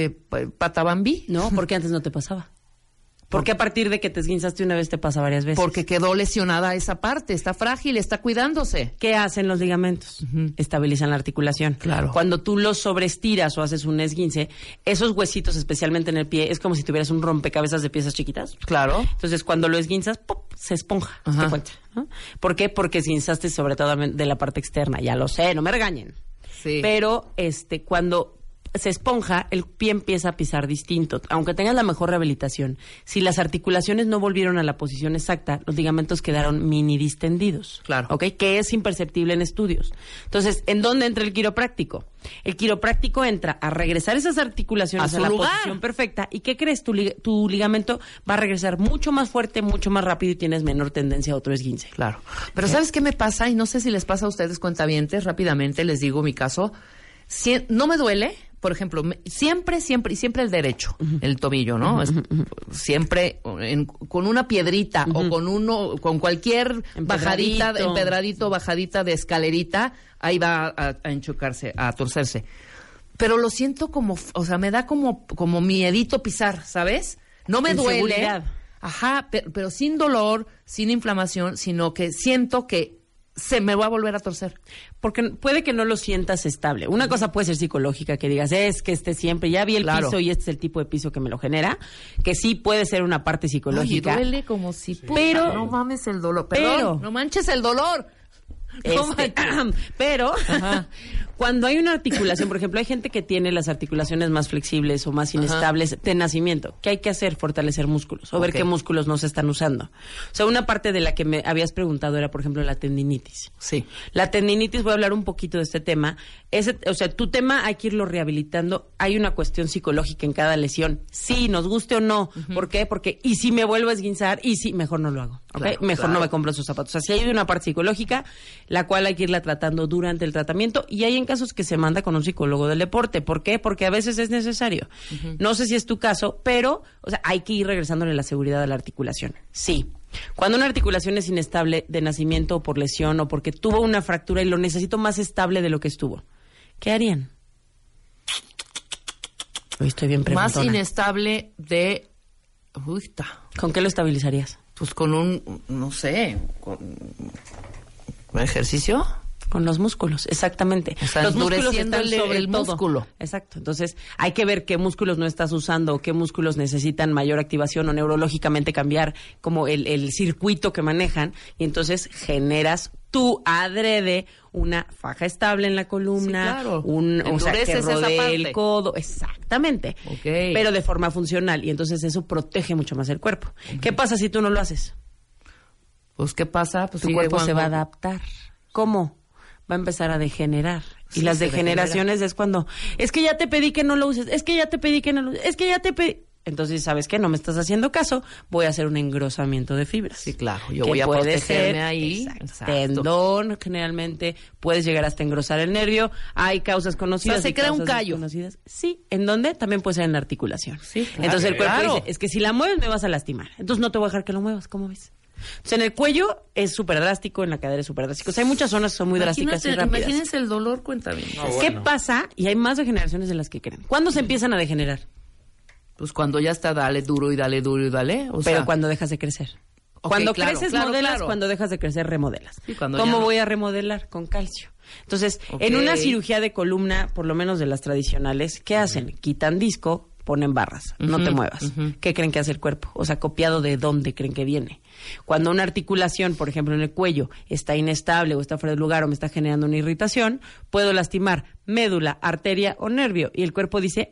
patabambi? No, porque antes no te pasaba. ¿Por qué a partir de que te esguinzaste una vez te pasa varias veces? Porque quedó lesionada esa parte, está frágil, está cuidándose. ¿Qué hacen los ligamentos? Estabilizan la articulación. Claro. Cuando tú los sobreestiras o haces un esguince, esos huesitos, especialmente en el pie, es como si tuvieras un rompecabezas de piezas chiquitas. Claro. Entonces, cuando lo esguinzas, ¡pop!, se esponja. ¿Te cuenta? ¿No? ¿Por qué? Porque esguinzaste sobre todo de la parte externa. Ya lo sé, no me regañen. Sí. Pero cuando se esponja, el pie empieza a pisar distinto. Aunque tengas la mejor rehabilitación, si las articulaciones no volvieron a la posición exacta, los ligamentos quedaron mini distendidos. Claro. ¿Ok? Que es imperceptible en estudios. Entonces, ¿en dónde entra el quiropráctico? El quiropráctico entra a regresar esas articulaciones a la posición perfecta. ¿Y qué crees? Tu ligamento va a regresar mucho más fuerte, mucho más rápido y tienes menor tendencia a otro esguince. Claro. Pero ¿sabes qué me pasa? Y no sé si les pasa a ustedes, cuentavientes, rápidamente les digo mi caso. No me duele, por ejemplo, siempre el derecho, el tobillo, ¿no? Siempre con una piedrita o con cualquier empedradito, bajadita de escalerita, ahí va a enchucarse, a torcerse. Pero lo siento como, o sea, me da como miedito pisar, ¿sabes? No me duele. Seguridad. Ajá, pero sin dolor, sin inflamación, sino que siento que se me va a volver a torcer. Porque puede que no lo sientas estable. Una cosa puede ser psicológica, que digas, es que siempre, ya vi el piso y este es el tipo de piso que me lo genera, que sí puede ser una parte psicológica. Ay, duele como si... Sí. Pero... No mames el dolor. Perdón, no manches el dolor. Pero cuando hay una articulación, por ejemplo, hay gente que tiene las articulaciones más flexibles o más inestables de nacimiento. ¿Qué hay que hacer? Fortalecer músculos o ver qué músculos no se están usando. O sea, una parte de la que me habías preguntado era, por ejemplo, la tendinitis. Sí. La tendinitis, voy a hablar un poquito de este tema. O sea, tu tema hay que irlo rehabilitando. Hay una cuestión psicológica en cada lesión. Sí, nos guste o no. ¿Por qué? Porque, y si me vuelvo a esguinzar, y si, mejor no lo hago. ¿Okay? Mejor no me compro esos zapatos. O sea, sí hay una parte psicológica, la cual hay que irla tratando durante el tratamiento, y hay en casos que se manda con un psicólogo del deporte. ¿Por qué? Porque a veces es necesario. No sé si es tu caso, pero, o sea, hay que ir regresándole la seguridad a la articulación. Sí. Cuando una articulación es inestable de nacimiento o por lesión o porque tuvo una fractura y lo necesito más estable de lo que estuvo, ¿qué harían? Hoy estoy bien preguntona. Más inestable de... ¿Con qué lo estabilizarías? Pues con no sé, con ejercicio. Con los músculos, exactamente. O sea, los endureciendo el músculo. Exacto. Entonces, hay que ver qué músculos no estás usando o qué músculos necesitan mayor activación o neurológicamente cambiar como el circuito que manejan. Y entonces generas tú adrede una faja estable en la columna, o sea, que rodee el codo. Exactamente. Pero de forma funcional. Y entonces eso protege mucho más el cuerpo. ¿Qué pasa si tú no lo haces? Pues, ¿qué pasa? Pues tu cuerpo se va a adaptar. ¿Cómo? Va a empezar a degenerar. Y las degeneraciones es cuando, es que ya te pedí que no lo uses, es que ya te pedí que no lo uses, es que ya te pedí. Entonces, ¿sabes qué? No me estás haciendo caso, voy a hacer un engrosamiento de fibras. Sí, claro. Yo voy a protegerme ahí. Tendón, generalmente, puedes llegar hasta engrosar el nervio. Hay causas conocidas. O sea, se crea un callo. Sí, ¿en dónde? También puede ser en la articulación. Sí, claro. Entonces el cuerpo dice, es que si la mueves me vas a lastimar. Entonces no te voy a dejar que lo muevas, ¿cómo ves? Entonces, en el cuello es súper drástico, en la cadera es súper drástico. O sea, hay muchas zonas que son muy drásticas y rápidas. Imagínense el dolor, cuéntame. ¿Qué pasa? Y hay más degeneraciones de las que creen. ¿Cuándo se empiezan a degenerar? Pues cuando ya está dale duro y dale duro y dale. Pero cuando dejas de crecer. Cuando creces, modelas. Cuando dejas de crecer, remodelas. Sí, ¿Cómo voy a remodelar? Con calcio. Entonces, en una cirugía de columna, por lo menos de las tradicionales, ¿qué hacen? Quitan disco, ponen barras, no te muevas. ¿Qué creen que hace el cuerpo? O sea, copiado de dónde creen que viene. Cuando una articulación, por ejemplo, en el cuello, está inestable o está fuera de lugar o me está generando una irritación, puedo lastimar médula, arteria o nervio. Y el cuerpo dice,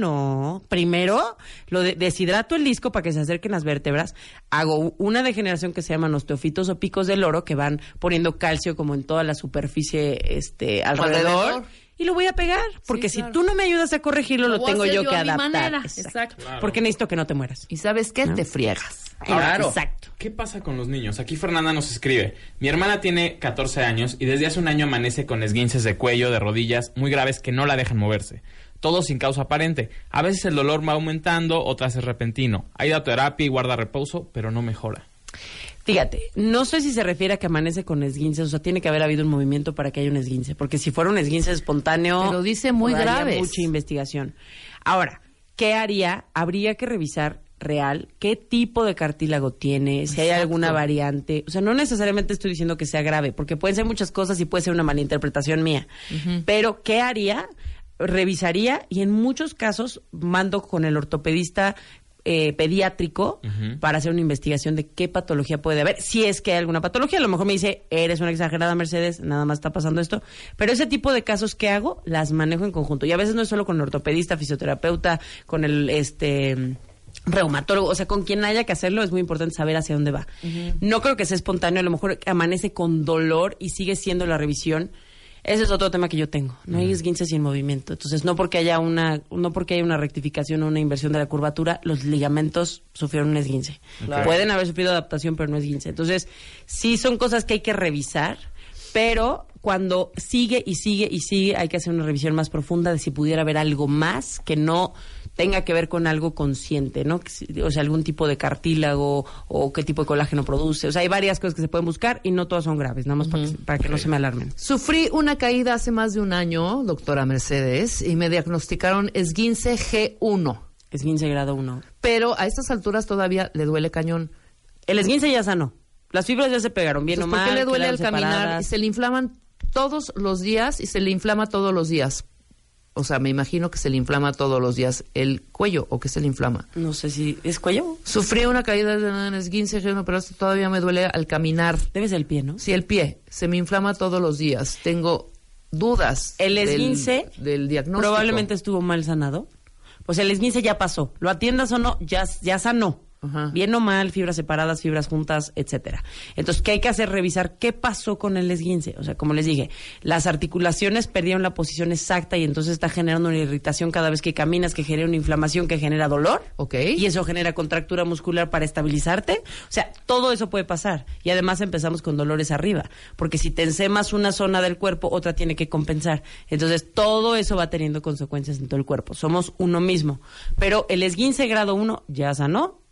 no, primero lo deshidrato el disco para que se acerquen las vértebras, hago una degeneración que se llaman osteofitos o picos del loro, que van poniendo calcio como en toda la superficie alrededor. Y lo voy a pegar, porque si tú no me ayudas a corregirlo, lo tengo yo que adaptar. Exacto. Claro. Porque necesito que no te mueras. ¿Y sabes qué? ¿No? Te friegas. Claro. Exacto. ¿Qué pasa con los niños? Aquí Fernanda nos escribe. Mi hermana tiene 14 años y desde hace un año amanece con esguinces de cuello, de rodillas, muy graves que no la dejan moverse. Todo sin causa aparente. A veces el dolor va aumentando, otras es repentino. Ha ido a terapia y guarda reposo, pero no mejora. Fíjate, no sé si se refiere a que amanece con esguinces, o sea, tiene que haber habido un movimiento para que haya un esguince, porque si fuera un esguince espontáneo... Pero dice muy graves. Mucha investigación. Ahora, ¿qué haría? Habría que revisar real qué tipo de cartílago tiene, si hay alguna variante. O sea, no necesariamente estoy diciendo que sea grave, porque pueden ser muchas cosas y puede ser una malinterpretación mía. Pero, ¿qué haría? Revisaría y en muchos casos mando con el ortopedista pediátrico para hacer una investigación de qué patología puede haber, si es que hay alguna patología. A lo mejor me dice, eres una exagerada, Mercedes, nada más está pasando esto, pero ese tipo de casos que hago, las manejo en conjunto, y a veces no es solo con el ortopedista, fisioterapeuta, con el reumatólogo, o sea, con quien haya que hacerlo, es muy importante saber hacia dónde va. No creo que sea espontáneo, a lo mejor amanece con dolor y sigue siendo la revisión. Ese es otro tema que yo tengo. No hay esguince sin movimiento. Entonces, no porque haya una rectificación o una inversión de la curvatura, los ligamentos sufrieron un esguince. Claro. Pueden haber sufrido adaptación, pero no esguince. Entonces, sí son cosas que hay que revisar. Pero cuando sigue y sigue y sigue, hay que hacer una revisión más profunda de si pudiera haber algo más que no tenga que ver con algo consciente, ¿no? O sea, algún tipo de cartílago o qué tipo de colágeno produce. O sea, hay varias cosas que se pueden buscar y no todas son graves, nada más para que no se me alarmen. Sufrí una caída hace más de un año, doctora Mercedes, y me diagnosticaron esguince G1. Esguince grado 1. Pero a estas alturas todavía le duele cañón. El esguince ya sanó. Las fibras ya se pegaron, bien o mal. ¿Por qué le duele al quedaron caminar? separadas. Y se le inflaman todos los días y se le inflama todos los días. O sea, me imagino que se le inflama todos los días el cuello, ¿o qué se le inflama? No sé si... ¿Es cuello? Sufrí una caída de esguince, pero esto todavía me duele al caminar. Debe ser el pie, ¿no? Sí, el pie. Se me inflama todos los días. Tengo dudas. El esguince del diagnóstico. probablemente estuvo mal sanado. Pues el esguince ya pasó. Lo atiendas o no, ya sanó. Ajá. Bien o mal, fibras separadas, fibras juntas, etcétera. Entonces, ¿qué hay que hacer? Revisar qué pasó con el esguince. O sea, como les dije, las articulaciones perdieron la posición exacta y entonces está generando una irritación cada vez que caminas, que genera una inflamación, que genera dolor. Ok. Y eso genera contractura muscular para estabilizarte. O sea, todo eso puede pasar. Y además empezamos con dolores arriba. Porque si te ensemas una zona del cuerpo, otra tiene que compensar. Entonces, todo eso va teniendo consecuencias en todo el cuerpo. Somos uno mismo. Pero el esguince grado 1 ya sanó.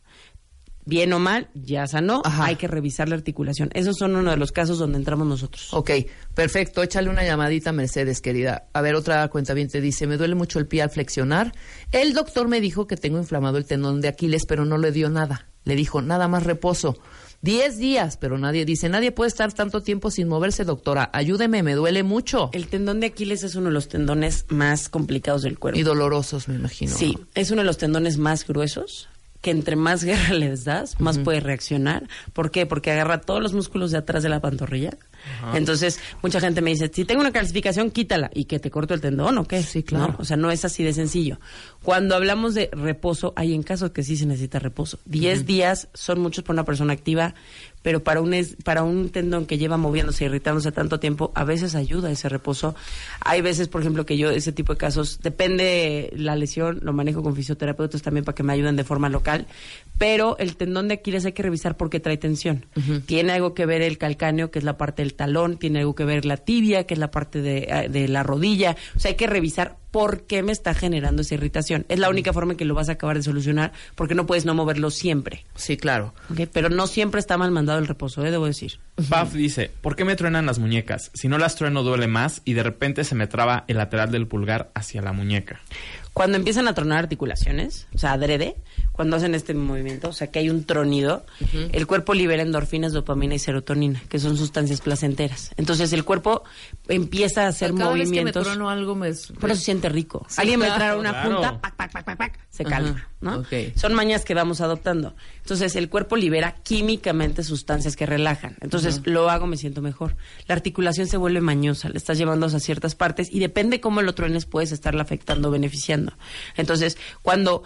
Bien o mal, ya sanó. Ajá. Hay que revisar la articulación. Esos son uno de los casos donde entramos nosotros. Ok, perfecto. Échale una llamadita, Mercedes, querida. A ver, otra cuentaviente dice, me duele mucho el pie al flexionar. El doctor me dijo que tengo inflamado el tendón de Aquiles, pero no le dio nada. Le dijo, nada más reposo. 10 días, pero nadie puede estar tanto tiempo sin moverse, doctora. Ayúdeme, me duele mucho. El tendón de Aquiles es uno de los tendones más complicados del cuerpo. Y dolorosos, me imagino. Sí, es uno de los tendones más gruesos, que entre más guerra les das, más puede reaccionar. ¿Por qué? Porque agarra todos los músculos de atrás de la pantorrilla. Ajá. Entonces, mucha gente me dice, si tengo una calcificación, quítala. ¿Y que te corto el tendón o qué? Sí, claro. ¿No? O sea, no es así de sencillo. Cuando hablamos de reposo, hay en casos que sí se necesita reposo. 10 días son muchos para una persona activa, pero para un tendón que lleva moviéndose, irritándose tanto tiempo, a veces ayuda ese reposo. Hay veces, por ejemplo, que yo, ese tipo de casos, depende la lesión, lo manejo con fisioterapeutas también para que me ayuden de forma local, pero el tendón de Aquiles hay que revisar porque trae tensión. Tiene algo que ver el calcáneo, que es la parte del talón, tiene algo que ver la tibia, que es la parte de la rodilla. O sea, hay que revisar por qué me está generando esa irritación. Es la única forma en que lo vas a acabar de solucionar, porque no puedes no moverlo siempre. Sí, claro. ¿Okay? Pero no siempre está mal mandado el reposo, debo decir. Paf dice, ¿por qué me truenan las muñecas? Si no las trueno duele más y de repente se me traba el lateral del pulgar hacia la muñeca. Cuando empiezan a tronar articulaciones, o sea, adrede, cuando hacen este movimiento, o sea, que hay un tronido, el cuerpo libera endorfinas, dopamina y serotonina, que son sustancias placenteras. Entonces, el cuerpo empieza a hacer cada movimientos. Vez que me trono algo me... Por eso se siente rico. Sí, Alguien claro, me trae una claro. punta, pac, pac, pac, pac, pac, se calma, ¿no? Okay. Son mañas que vamos adoptando. Entonces, el cuerpo libera químicamente sustancias que relajan. Entonces, lo hago, me siento mejor. La articulación se vuelve mañosa, le estás llevando a ciertas partes y depende cómo lo truenes, puedes estarla afectando o beneficiando. Entonces, cuando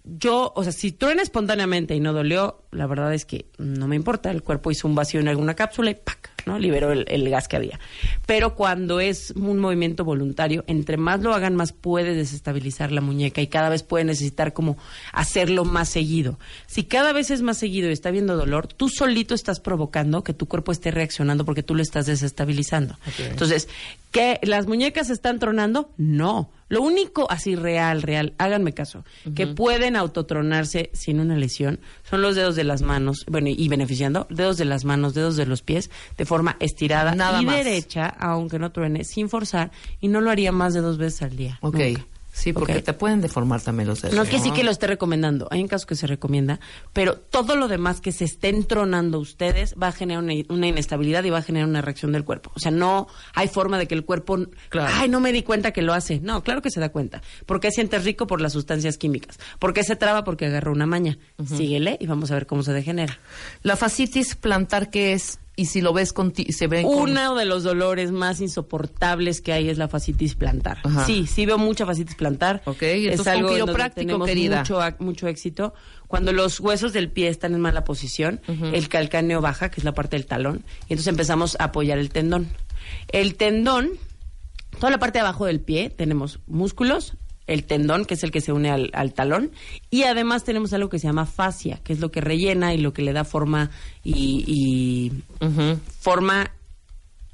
si truena espontáneamente y no dolió, la verdad es que no me importa. El cuerpo hizo un vacío en alguna cápsula y ¡pac!, ¿no? Liberó el gas que había. Pero cuando es un movimiento voluntario, entre más lo hagan, más puede desestabilizar la muñeca y cada vez puede necesitar como hacerlo más seguido. Si cada vez es más seguido y está viendo dolor, tú solito estás provocando que tu cuerpo esté reaccionando porque tú lo estás desestabilizando. Okay. Entonces, ¿que las muñecas están tronando? No. Lo único así real, háganme caso, que pueden autotronarse sin una lesión son los dedos de las manos, bueno, y beneficiando, dedos de las manos, dedos de los pies, de forma estirada nada y más. Derecha, aunque no truene, sin forzar, y no lo haría más de 2 veces al día. Ok. Nunca. Sí, porque te pueden deformar también los dedos. No que sí que lo esté recomendando, hay un caso que se recomienda, pero todo lo demás que se estén tronando ustedes va a generar una inestabilidad y va a generar una reacción del cuerpo. O sea, no hay forma de que el cuerpo, ay, no me di cuenta que lo hace. No, claro que se da cuenta. ¿Por qué sientes rico? Por las sustancias químicas. ¿Por qué se traba? Porque agarró una maña. Síguele y vamos a ver cómo se degenera. La fascitis plantar, ¿qué es? Y si lo ves se ve uno de los dolores más insoportables que hay es la fascitis plantar. Ajá. Sí veo mucha fascitis plantar. Okay, es algo con quiropráctico, tenemos querida. mucho éxito. Cuando los huesos del pie están en mala posición, el calcáneo baja, que es la parte del talón, y entonces empezamos a apoyar el tendón. El tendón, toda la parte de abajo del pie, tenemos músculos, el tendón, que es el que se une al talón, y además tenemos algo que se llama fascia, que es lo que rellena y lo que le da forma forma,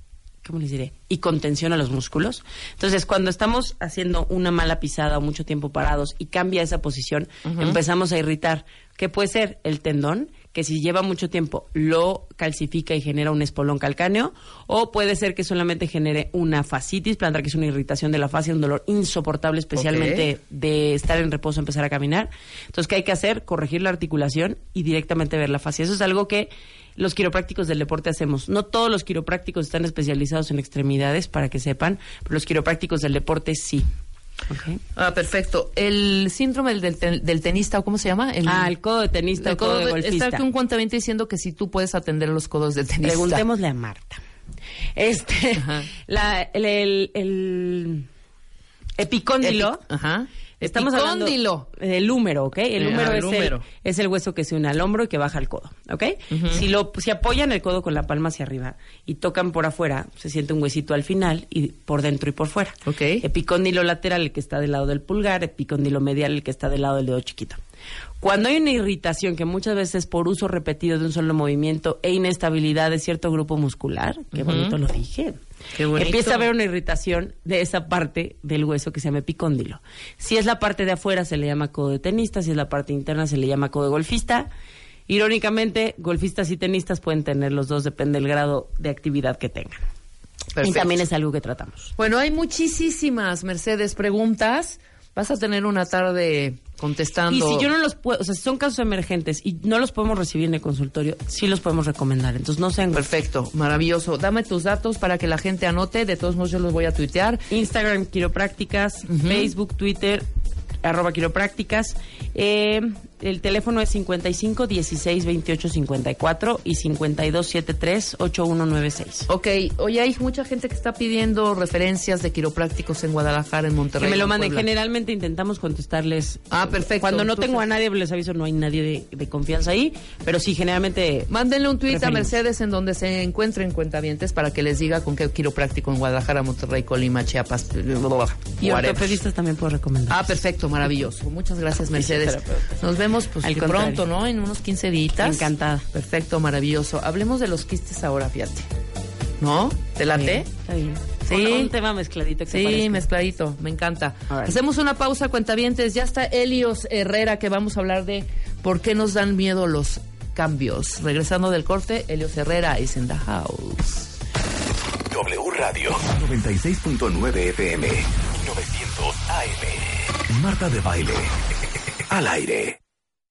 ¿cómo les diré? Y contención a los músculos. Entonces, cuando estamos haciendo una mala pisada o mucho tiempo parados y cambia esa posición, empezamos a irritar. ¿Qué puede ser? El tendón, que si lleva mucho tiempo lo calcifica y genera un espolón calcáneo, o puede ser que solamente genere una fascitis plantar, que es una irritación de la fascia, un dolor insoportable, especialmente de estar en reposo, empezar a caminar. Entonces, ¿qué hay que hacer? Corregir la articulación y directamente ver la fascia. Eso es algo que los quiroprácticos del deporte hacemos. No todos los quiroprácticos están especializados en extremidades, para que sepan, pero los quiroprácticos del deporte sí. Okay. Perfecto. El síndrome del tenista, ¿o cómo se llama? El codo de tenista, el codo de golfista. Está aquí un cuentaviente diciendo que si tú puedes atender los codos del tenista. Preguntémosle a Marta. El epicóndilo. Estamos hablando del húmero, ¿ok? El húmero es el hueso que se une al hombro y que baja al codo, ¿ok? Si apoyan el codo con la palma hacia arriba y tocan por afuera, se siente un huesito al final y por dentro y por fuera. Ok. Epicóndilo lateral, el que está del lado del pulgar, epicóndilo medial, el que está del lado del dedo chiquito. Cuando hay una irritación, que muchas veces por uso repetido de un solo movimiento e inestabilidad de cierto grupo muscular, qué bonito lo dije, empieza a haber una irritación de esa parte del hueso que se llama epicóndilo. Si es la parte de afuera, se le llama codo de tenista; si es la parte interna, se le llama codo de golfista. Irónicamente, golfistas y tenistas pueden tener los dos, depende del grado de actividad que tengan. Perfecto. Y también es algo que tratamos. Bueno, hay muchísimas, Mercedes, preguntas. Vas a tener una tarde contestando. Y si yo no los puedo, o sea, si son casos emergentes y no los podemos recibir en el consultorio, sí los podemos recomendar. Entonces, no sean... Perfecto, maravilloso. Dame tus datos para que la gente anote. De todos modos, yo los voy a tuitear. Instagram, Quiroprácticas, Facebook, Twitter, @quiroprácticas. El teléfono es 55 16 28 54 y 52 73 8196. Ok, oye, hay mucha gente que está pidiendo referencias de quiroprácticos en Guadalajara, en Monterrey. Que me lo manden. Generalmente intentamos contestarles. Perfecto. Cuando no tengo a nadie, les aviso, no hay nadie de confianza ahí, pero sí, generalmente... Mándenle un tuit a Mercedes en donde se encuentren cuentavientes para que les diga con qué quiropráctico en Guadalajara, Monterrey, Colima, Chiapas, y ortopedistas también puedo recomendar. Perfecto, maravilloso. Muchas gracias, Mercedes. Nos vemos pues pronto, ¿no? En unos 15 días. Encantada. Perfecto, maravilloso. Hablemos de los quistes ahora, fíjate. ¿No? ¿Te late? Sí, está bien. Sí. Un tema mezcladito. Sí, mezcladito. Me encanta. Hacemos una pausa, cuentavientes. Ya está Helios Herrera, que vamos a hablar de por qué nos dan miedo los cambios. Regresando del corte, Helios Herrera is in the house. W Radio 96.9 FM 900 AM. Marta de Baile al aire.